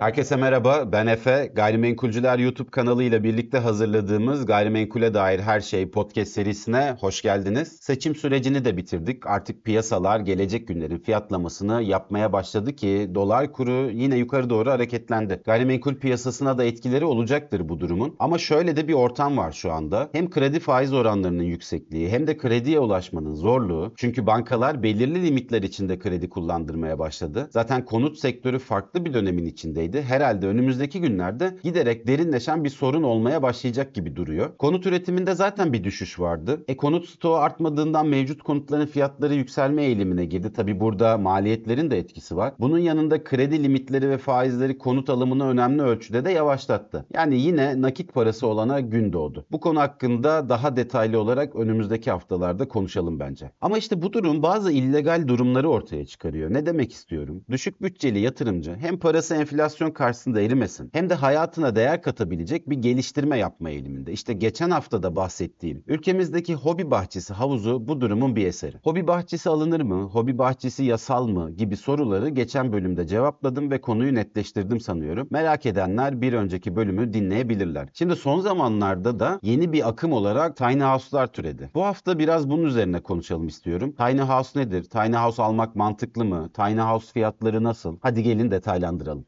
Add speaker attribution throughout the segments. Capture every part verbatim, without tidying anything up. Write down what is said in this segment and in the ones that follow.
Speaker 1: Herkese merhaba, ben Efe. Gayrimenkulcüler YouTube kanalı ile birlikte hazırladığımız Gayrimenkule Dair Her Şey podcast serisine hoş geldiniz. Seçim sürecini de bitirdik. Artık piyasalar gelecek günlerin fiyatlamasını yapmaya başladı ki dolar kuru yine yukarı doğru hareketlendi. Gayrimenkul piyasasına da etkileri olacaktır bu durumun. Ama şöyle de bir ortam var şu anda. Hem kredi faiz oranlarının yüksekliği hem de krediye ulaşmanın zorluğu. Çünkü bankalar belirli limitler içinde kredi kullandırmaya başladı. Zaten konut sektörü farklı bir dönemin içindeydi. Herhalde önümüzdeki günlerde giderek derinleşen bir sorun olmaya başlayacak gibi duruyor. Konut üretiminde zaten bir düşüş vardı. E konut stoğu artmadığından mevcut konutların fiyatları yükselme eğilimine girdi. Tabi burada maliyetlerin de etkisi var. Bunun yanında kredi limitleri ve faizleri konut alımını önemli ölçüde de yavaşlattı. Yani yine nakit parası olana gün doğdu. Bu konu hakkında daha detaylı olarak önümüzdeki haftalarda konuşalım bence. Ama işte bu durum bazı illegal durumları ortaya çıkarıyor. Ne demek istiyorum? Düşük bütçeli yatırımcı hem parası enflasyon karşısında erimesin hem de hayatına değer katabilecek bir geliştirme yapma eğiliminde. İşte geçen hafta da bahsettiğim ülkemizdeki hobi bahçesi havuzu bu durumun bir eseri. Hobi bahçesi alınır mı? Hobi bahçesi yasal mı? Gibi soruları geçen bölümde cevapladım ve konuyu netleştirdim sanıyorum. Merak edenler bir önceki bölümü dinleyebilirler. Şimdi son zamanlarda da yeni bir akım olarak tiny house'lar türedi. Bu hafta biraz bunun üzerine konuşalım istiyorum. Tiny house nedir? Tiny house almak mantıklı mı? Tiny house fiyatları nasıl? Hadi gelin detaylandıralım.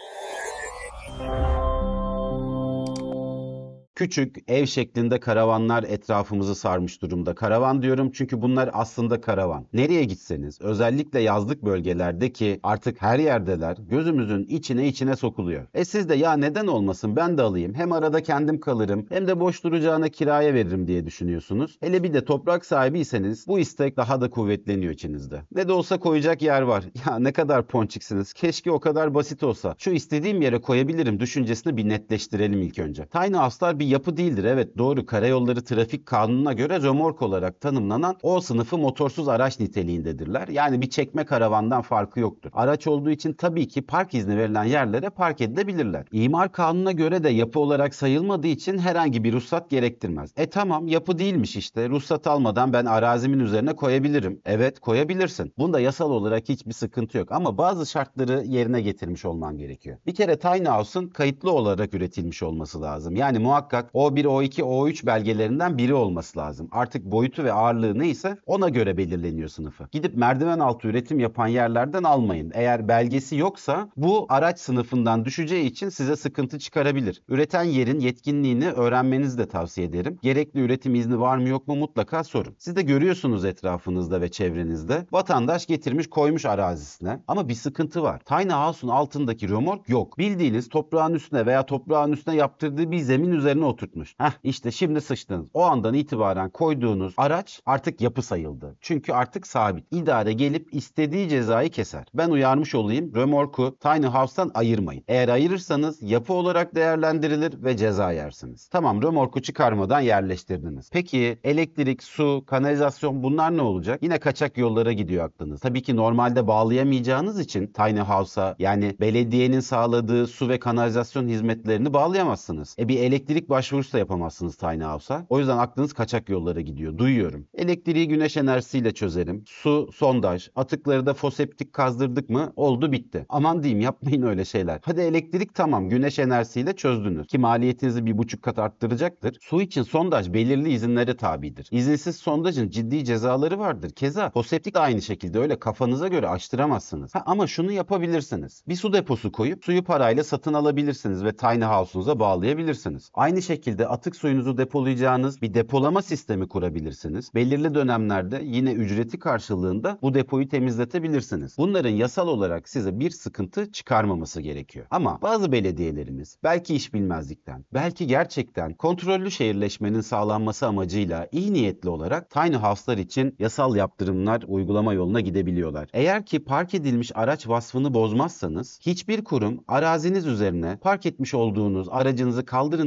Speaker 1: Küçük, ev şeklinde karavanlar etrafımızı sarmış durumda. Karavan diyorum çünkü bunlar aslında karavan. Nereye gitseniz, özellikle yazlık bölgelerde ki artık her yerdeler, gözümüzün içine içine sokuluyor. E siz de ya neden olmasın ben de alayım, hem arada kendim kalırım hem de boş duracağına kiraya veririm diye düşünüyorsunuz. Hele bir de toprak sahibiyseniz bu istek daha da kuvvetleniyor içinizde. Ne de olsa koyacak yer var. Ya ne kadar ponçiksiniz, keşke o kadar basit olsa. Şu istediğim yere koyabilirim düşüncesini bir netleştirelim ilk önce. Tiny house'lar bir yapı değildir. Evet doğru, karayolları trafik kanununa göre römork olarak tanımlanan O sınıfı motorsuz araç niteliğindedirler. Yani bir çekme karavandan farkı yoktur. Araç olduğu için tabii ki park izni verilen yerlere park edilebilirler. İmar kanununa göre de yapı olarak sayılmadığı için herhangi bir ruhsat gerektirmez. E tamam, yapı değilmiş işte. Ruhsat almadan ben arazimin üzerine koyabilirim. Evet, koyabilirsin. Bunda yasal olarak hiçbir sıkıntı yok ama bazı şartları yerine getirmiş olman gerekiyor. Bir kere tiny house'un kayıtlı olarak üretilmiş olması lazım. Yani muhakkak O bir, O iki, O üç belgelerinden biri olması lazım. Artık boyutu ve ağırlığı neyse ona göre belirleniyor sınıfı. Gidip merdiven altı üretim yapan yerlerden almayın. Eğer belgesi yoksa bu araç sınıfından düşeceği için size sıkıntı çıkarabilir. Üreten yerin yetkinliğini öğrenmenizi de tavsiye ederim. Gerekli üretim izni var mı yok mu mutlaka sorun. Siz de görüyorsunuz etrafınızda ve çevrenizde. Vatandaş getirmiş koymuş arazisine. Ama bir sıkıntı var. Tiny house'un altındaki römork yok. Bildiğiniz toprağın üstüne veya toprağın üstüne yaptırdığı bir zemin üzerine oturtmuş. Heh işte şimdi sıçtınız. O andan itibaren koyduğunuz araç artık yapı sayıldı. Çünkü artık sabit. İdare gelip istediği cezayı keser. Ben uyarmış olayım. Römorku tiny house'tan ayırmayın. Eğer ayırırsanız yapı olarak değerlendirilir ve ceza yersiniz. Tamam, römorku çıkarmadan yerleştirdiniz. Peki elektrik, su, kanalizasyon bunlar ne olacak? Yine kaçak yollara gidiyor aklınız. Tabii ki normalde bağlayamayacağınız için tiny house'a, yani belediyenin sağladığı su ve kanalizasyon hizmetlerini bağlayamazsınız. E bir elektrik başvurusu da yapamazsınız tiny house'a. O yüzden aklınız kaçak yollara gidiyor. Duyuyorum. Elektriği güneş enerjisiyle çözerim. Su, sondaj, atıkları da foseptik kazdırdık mı oldu bitti. Aman diyeyim, yapmayın öyle şeyler. Hadi elektrik tamam, güneş enerjisiyle çözdünüz ki maliyetinizi bir buçuk kat arttıracaktır. Su için sondaj belirli izinlere tabidir. İzinsiz sondajın ciddi cezaları vardır. Keza foseptik de aynı şekilde, öyle kafanıza göre açtıramazsınız. Ha, ama şunu yapabilirsiniz. Bir su deposu koyup suyu parayla satın alabilirsiniz ve tiny house'unuza bağlayabilirsiniz. Aynı şekilde atık suyunuzu depolayacağınız bir depolama sistemi kurabilirsiniz. Belirli dönemlerde yine ücreti karşılığında bu depoyu temizletebilirsiniz. Bunların yasal olarak size bir sıkıntı çıkarmaması gerekiyor. Ama bazı belediyelerimiz belki iş bilmezlikten, belki gerçekten kontrollü şehirleşmenin sağlanması amacıyla iyi niyetli olarak tiny house'lar için yasal yaptırımlar uygulama yoluna gidebiliyorlar. Eğer ki park edilmiş araç vasfını bozmazsanız hiçbir kurum araziniz üzerine park etmiş olduğunuz aracınızı kaldırın diyemeyecek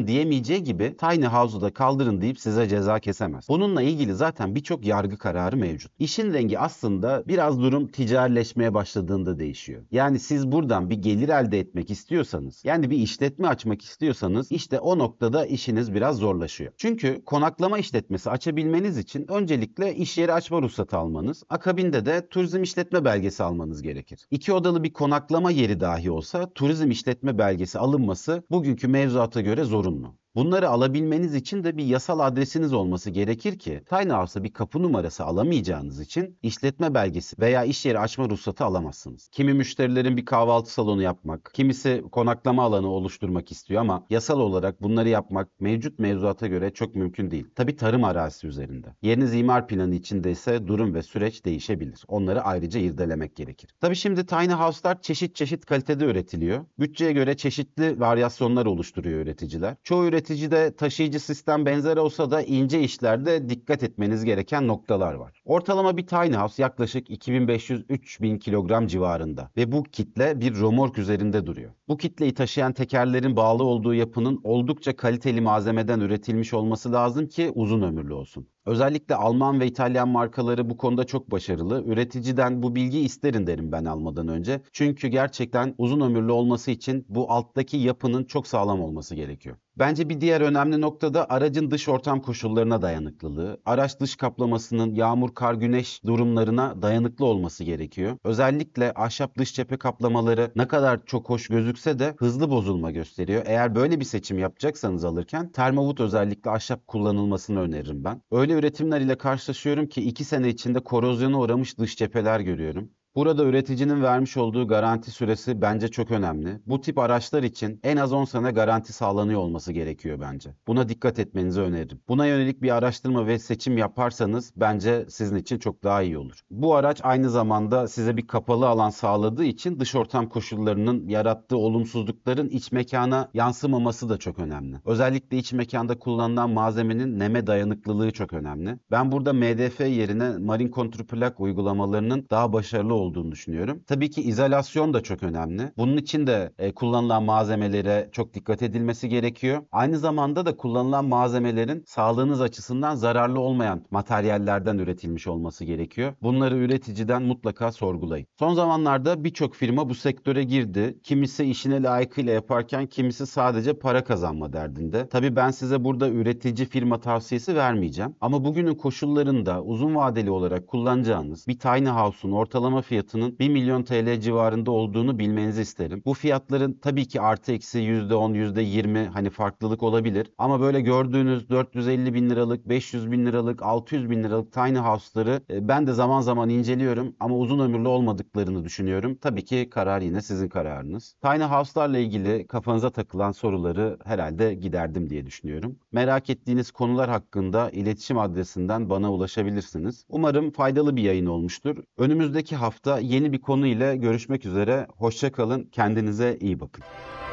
Speaker 1: diyeceği gibi tiny house'u da kaldırın deyip size ceza kesemez. Bununla ilgili zaten birçok yargı kararı mevcut. İşin rengi aslında biraz durum ticarileşmeye başladığında değişiyor. Yani siz buradan bir gelir elde etmek istiyorsanız, yani bir işletme açmak istiyorsanız işte o noktada işiniz biraz zorlaşıyor. Çünkü konaklama işletmesi açabilmeniz için öncelikle iş yeri açma ruhsatı almanız, akabinde de turizm işletme belgesi almanız gerekir. İki odalı bir konaklama yeri dahi olsa turizm işletme belgesi alınması bugünkü mevzuata göre zorunlu. Bunları alabilmeniz için de bir yasal adresiniz olması gerekir ki tiny house'a bir kapı numarası alamayacağınız için işletme belgesi veya iş yeri açma ruhsatı alamazsınız. Kimi müşterilerin bir kahvaltı salonu yapmak, kimisi konaklama alanı oluşturmak istiyor ama yasal olarak bunları yapmak mevcut mevzuata göre çok mümkün değil. Tabii tarım arazisi üzerinde. Yeriniz imar planı içinde ise durum ve süreç değişebilir. Onları ayrıca irdelemek gerekir. Tabii şimdi tiny house'lar çeşit çeşit kalitede üretiliyor. Bütçeye göre çeşitli varyasyonlar oluşturuyor üreticiler. Çoğu üretici Üreticide taşıyıcı sistem benzer olsa da ince işlerde dikkat etmeniz gereken noktalar var. Ortalama bir tiny house yaklaşık iki bin beş yüz üç bin kilogram civarında ve bu kitle bir römork üzerinde duruyor. Bu kitleyi taşıyan tekerlerin bağlı olduğu yapının oldukça kaliteli malzemeden üretilmiş olması lazım ki uzun ömürlü olsun. Özellikle Alman ve İtalyan markaları bu konuda çok başarılı. Üreticiden bu bilgiyi isterin derim ben almadan önce. Çünkü gerçekten uzun ömürlü olması için bu alttaki yapının çok sağlam olması gerekiyor. Bence bir diğer önemli nokta da aracın dış ortam koşullarına dayanıklılığı. Araç dış kaplamasının yağmur, kar, güneş durumlarına dayanıklı olması gerekiyor. Özellikle ahşap dış cephe kaplamaları ne kadar çok hoş gözükse de hızlı bozulma gösteriyor. Eğer böyle bir seçim yapacaksanız alırken Thermowood özellikle ahşap kullanılmasını öneririm ben. Öyle üretimler ile karşılaşıyorum ki iki sene içinde korozyona uğramış dış cepheler görüyorum. Burada üreticinin vermiş olduğu garanti süresi bence çok önemli. Bu tip araçlar için en az on sene garanti sağlanıyor olması gerekiyor bence. Buna dikkat etmenizi öneririm. Buna yönelik bir araştırma ve seçim yaparsanız bence sizin için çok daha iyi olur. Bu araç aynı zamanda size bir kapalı alan sağladığı için dış ortam koşullarının yarattığı olumsuzlukların iç mekana yansımaması da çok önemli. Özellikle iç mekanda kullanılan malzemenin neme dayanıklılığı çok önemli. Ben burada M D F yerine Marine Counterplug uygulamalarının daha başarılı olduğunu düşünüyorum. Tabii ki izolasyon da çok önemli. Bunun için de e, kullanılan malzemelere çok dikkat edilmesi gerekiyor. Aynı zamanda da kullanılan malzemelerin sağlığınız açısından zararlı olmayan materyallerden üretilmiş olması gerekiyor. Bunları üreticiden mutlaka sorgulayın. Son zamanlarda birçok firma bu sektöre girdi. Kimisi işine layıkıyla yaparken kimisi sadece para kazanma derdinde. Tabii ben size burada üretici firma tavsiyesi vermeyeceğim. Ama bugünün koşullarında uzun vadeli olarak kullanacağınız bir tiny house'un ortalama fiyatının bir milyon T L civarında olduğunu bilmenizi isterim. Bu fiyatların tabii ki artı eksi yüzde on, yüzde yirmi hani farklılık olabilir. Ama böyle gördüğünüz dört yüz elli bin liralık, beş yüz bin liralık, altı yüz bin liralık tiny house'ları e, ben de zaman zaman inceliyorum ama uzun ömürlü olmadıklarını düşünüyorum. Tabii ki karar yine sizin kararınız. Tiny house'larla ilgili kafanıza takılan soruları herhalde giderdim diye düşünüyorum. Merak ettiğiniz konular hakkında iletişim adresinden bana ulaşabilirsiniz. Umarım faydalı bir yayın olmuştur. Önümüzdeki hafta yeni bir konu ile görüşmek üzere. Hoşça kalın. Kendinize iyi bakın.